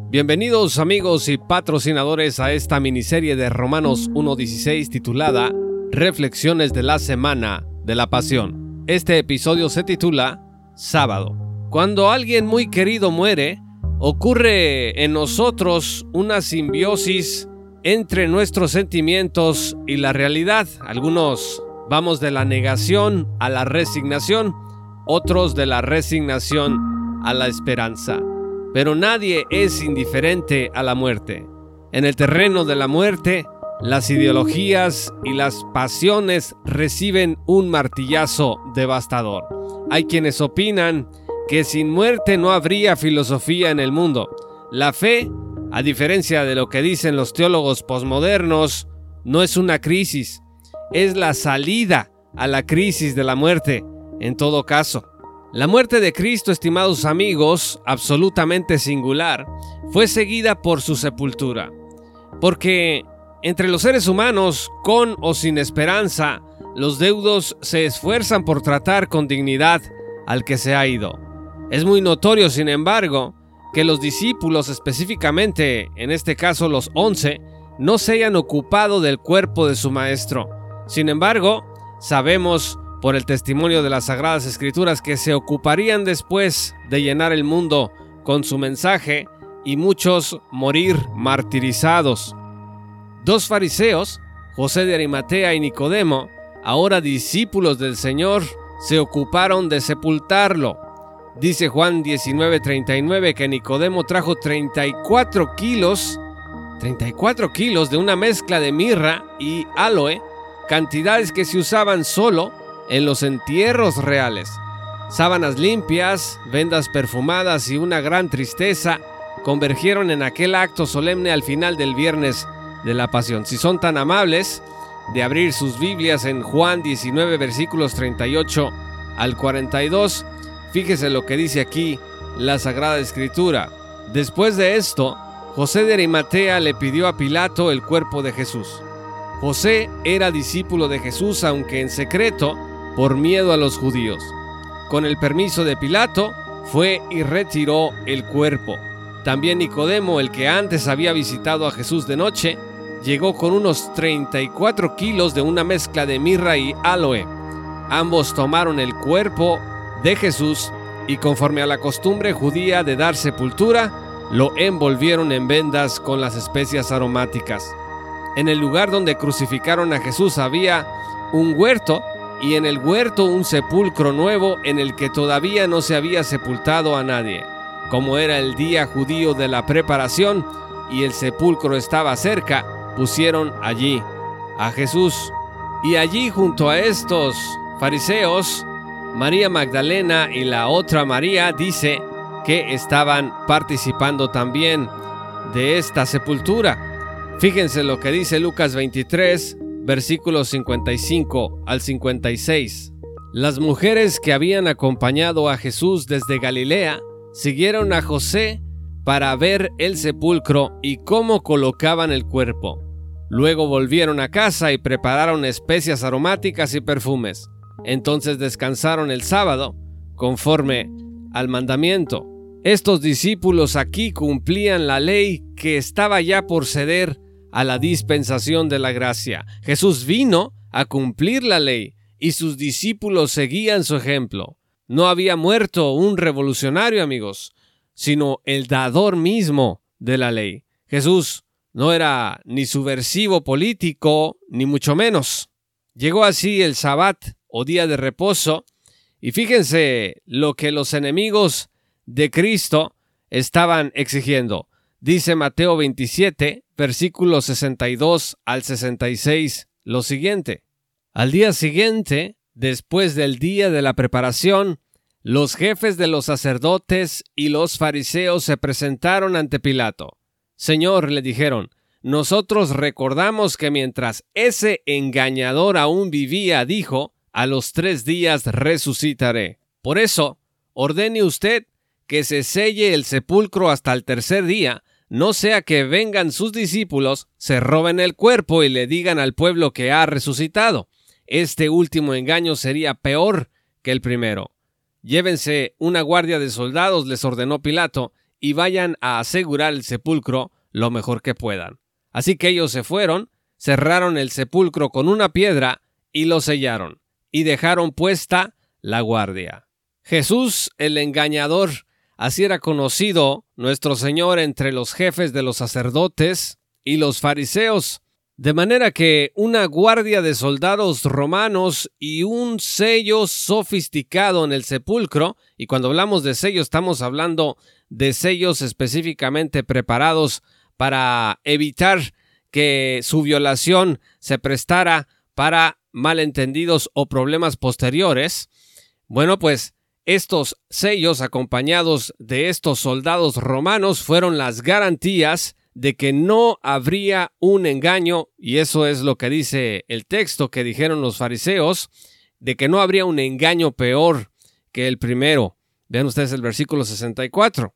Bienvenidos amigos y patrocinadores a esta miniserie de Romanos 1:16 titulada Reflexiones de la Semana de la Pasión. Este episodio se titula Sábado. Cuando alguien muy querido muere, ocurre en nosotros una simbiosis entre nuestros sentimientos y la realidad. Algunos vamos de la negación a la resignación, otros de la resignación a la esperanza. Pero nadie es indiferente a la muerte. En el terreno de la muerte, las ideologías y las pasiones reciben un martillazo devastador. Hay quienes opinan que sin muerte no habría filosofía en el mundo. La fe, a diferencia de lo que dicen los teólogos posmodernos, no es una crisis, es la salida a la crisis de la muerte, en todo caso. La muerte de Cristo, estimados amigos, absolutamente singular, fue seguida por su sepultura. Porque entre los seres humanos, con o sin esperanza, los deudos se esfuerzan por tratar con dignidad al que se ha ido. Es muy notorio, sin embargo, que los discípulos, específicamente, en este caso los 11, no se hayan ocupado del cuerpo de su maestro. Sin embargo, sabemos por el testimonio de las Sagradas Escrituras que se ocuparían después de llenar el mundo con su mensaje y muchos morir martirizados. Dos fariseos, José de Arimatea y Nicodemo, ahora discípulos del Señor, se ocuparon de sepultarlo. Dice Juan 19:39 que Nicodemo trajo 34 kilos de una mezcla de mirra y aloe, cantidades que se usaban solo en los entierros reales. Sábanas limpias, vendas perfumadas y una gran tristeza convergieron en aquel acto solemne al final del viernes de la Pasión. Si son tan amables de abrir sus Biblias en Juan 19 versículos 38 al 42, fíjese lo que dice aquí la Sagrada Escritura. Después de esto, José de Arimatea le pidió a Pilato el cuerpo de Jesús. José era discípulo de Jesús, aunque en secreto, por miedo a los judíos. Con el permiso de Pilato, fue y retiró el cuerpo. También Nicodemo, el que antes había visitado a Jesús de noche, llegó con unos 34 kilos de una mezcla de mirra y aloe. Ambos tomaron el cuerpo de Jesús y, conforme a la costumbre judía de dar sepultura, lo envolvieron en vendas con las especias aromáticas. En el lugar donde crucificaron a Jesús había un huerto, y en el huerto un sepulcro nuevo en el que todavía no se había sepultado a nadie. Como era el día judío de la preparación y el sepulcro estaba cerca, pusieron allí a Jesús. Y allí, junto a estos fariseos, María Magdalena y la otra María dice que estaban participando también de esta sepultura. Fíjense lo que dice Lucas 23, versículos 55 al 56. Las mujeres que habían acompañado a Jesús desde Galilea siguieron a José para ver el sepulcro y cómo colocaban el cuerpo. Luego volvieron a casa y prepararon especias aromáticas y perfumes. Entonces descansaron el sábado, conforme al mandamiento. Estos discípulos aquí cumplían la ley que estaba ya por ceder a la dispensación de la gracia. Jesús vino a cumplir la ley y sus discípulos seguían su ejemplo. No había muerto un revolucionario, amigos, sino el dador mismo de la ley. Jesús no era ni subversivo político, ni mucho menos. Llegó así el Sabbat o día de reposo, y fíjense lo que los enemigos de Cristo estaban exigiendo. Dice Mateo 27, versículos 62 al 66, lo siguiente. Al día siguiente, después del día de la preparación, los jefes de los sacerdotes y los fariseos se presentaron ante Pilato. Señor, le dijeron, nosotros recordamos que mientras ese engañador aún vivía, dijo, a los 3 días resucitaré. Por eso, ordene usted que se selle el sepulcro hasta el 3er día, no sea que vengan sus discípulos, se roben el cuerpo y le digan al pueblo que ha resucitado. Este último engaño sería peor que el primero. Llévense una guardia de soldados, les ordenó Pilato, y vayan a asegurar el sepulcro lo mejor que puedan. Así que ellos se fueron, cerraron el sepulcro con una piedra y lo sellaron, y dejaron puesta la guardia. Jesús, el engañador, así era conocido nuestro Señor entre los jefes de los sacerdotes y los fariseos, de manera que una guardia de soldados romanos y un sello sofisticado en el sepulcro, y cuando hablamos de sello estamos hablando de sellos específicamente preparados para evitar que su violación se prestara para malentendidos o problemas posteriores. Bueno, pues estos sellos acompañados de estos soldados romanos fueron las garantías de que no habría un engaño, y eso es lo que dice el texto que dijeron los fariseos, de que no habría un engaño peor que el primero. Vean ustedes el versículo 64.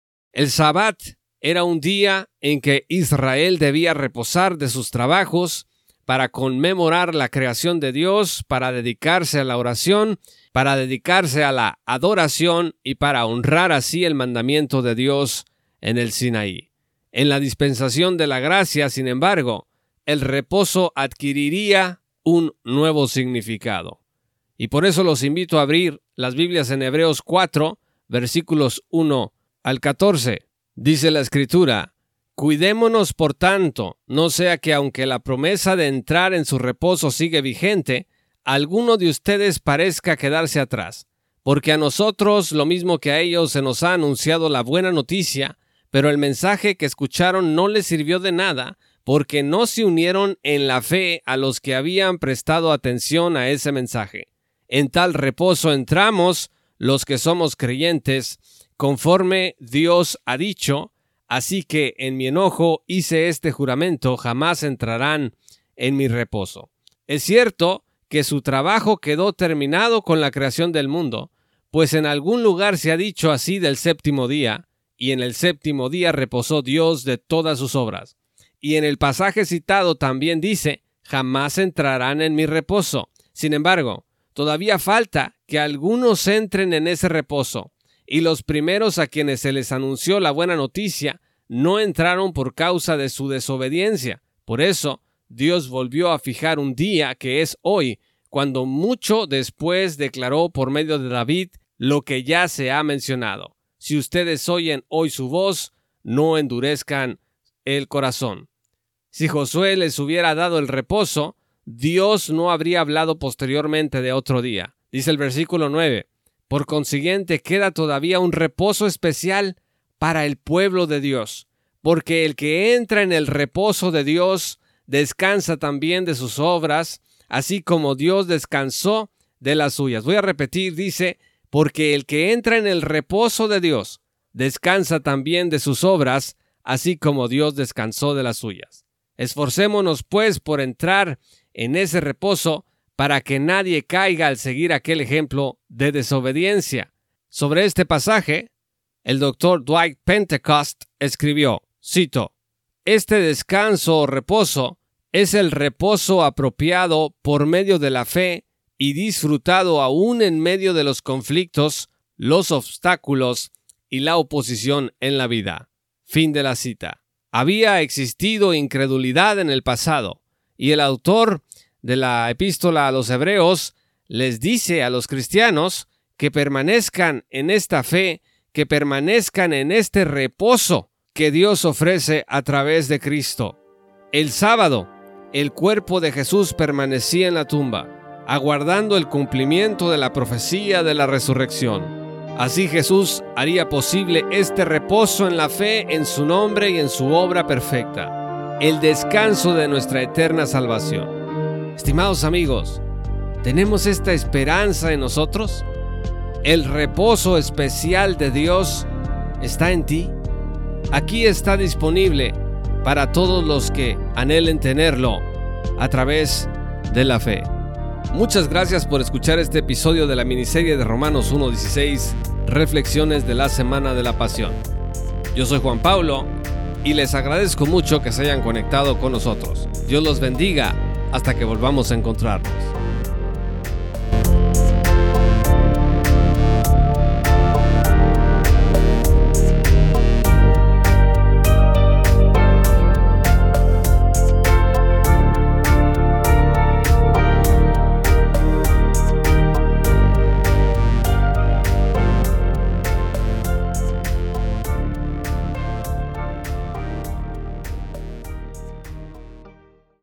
El Sabbat era un día en que Israel debía reposar de sus trabajos para conmemorar la creación de Dios, para dedicarse a la oración, para dedicarse a la adoración y para honrar así el mandamiento de Dios en el Sinaí. En la dispensación de la gracia, sin embargo, el reposo adquiriría un nuevo significado. Y por eso los invito a abrir las Biblias en Hebreos 4, versículos 1 al 14. Dice la Escritura: cuidémonos, por tanto, no sea que aunque la promesa de entrar en su reposo sigue vigente, alguno de ustedes parezca quedarse atrás. Porque a nosotros, lo mismo que a ellos, se nos ha anunciado la buena noticia, pero el mensaje que escucharon no les sirvió de nada, porque no se unieron en la fe a los que habían prestado atención a ese mensaje. En tal reposo entramos los que somos creyentes, conforme Dios ha dicho, así que en mi enojo hice este juramento: jamás entrarán en mi reposo. Es cierto que su trabajo quedó terminado con la creación del mundo, pues en algún lugar se ha dicho así del séptimo día, y en el séptimo día reposó Dios de todas sus obras. Y en el pasaje citado también dice: jamás entrarán en mi reposo. Sin embargo, todavía falta que algunos entren en ese reposo, y los primeros a quienes se les anunció la buena noticia no entraron por causa de su desobediencia. Por eso, Dios volvió a fijar un día, que es hoy, cuando mucho después declaró por medio de David lo que ya se ha mencionado: si ustedes oyen hoy su voz, no endurezcan el corazón. Si Josué les hubiera dado el reposo, Dios no habría hablado posteriormente de otro día. Dice el versículo 9, por consiguiente queda todavía un reposo especial para el pueblo de Dios, porque el que entra en el reposo de Dios descansa también de sus obras, así como Dios descansó de las suyas. Voy a repetir, dice: porque el que entra en el reposo de Dios descansa también de sus obras, así como Dios descansó de las suyas. Esforcémonos, pues, por entrar en ese reposo, para que nadie caiga al seguir aquel ejemplo de desobediencia. Sobre este pasaje, el doctor Dwight Pentecost escribió, cito: este descanso o reposo es el reposo apropiado por medio de la fe y disfrutado aún en medio de los conflictos, los obstáculos y la oposición en la vida. Fin de la cita. Había existido incredulidad en el pasado, y el autor de la epístola a los Hebreos les dice a los cristianos que permanezcan en esta fe, que permanezcan en este reposo que Dios ofrece a través de Cristo. El sábado, el cuerpo de Jesús permanecía en la tumba, aguardando el cumplimiento de la profecía de la resurrección. Así Jesús haría posible este reposo en la fe en su nombre y en su obra perfecta, el descanso de nuestra eterna salvación. Estimados amigos, ¿tenemos esta esperanza en nosotros? ¿El reposo especial de Dios está en ti? Aquí está disponible para todos los que anhelen tenerlo a través de la fe. Muchas gracias por escuchar este episodio de la miniserie de Romanos 1:16, Reflexiones de la Semana de la Pasión. Yo soy Juan Pablo y les agradezco mucho que se hayan conectado con nosotros. Dios los bendiga hasta que volvamos a encontrarnos.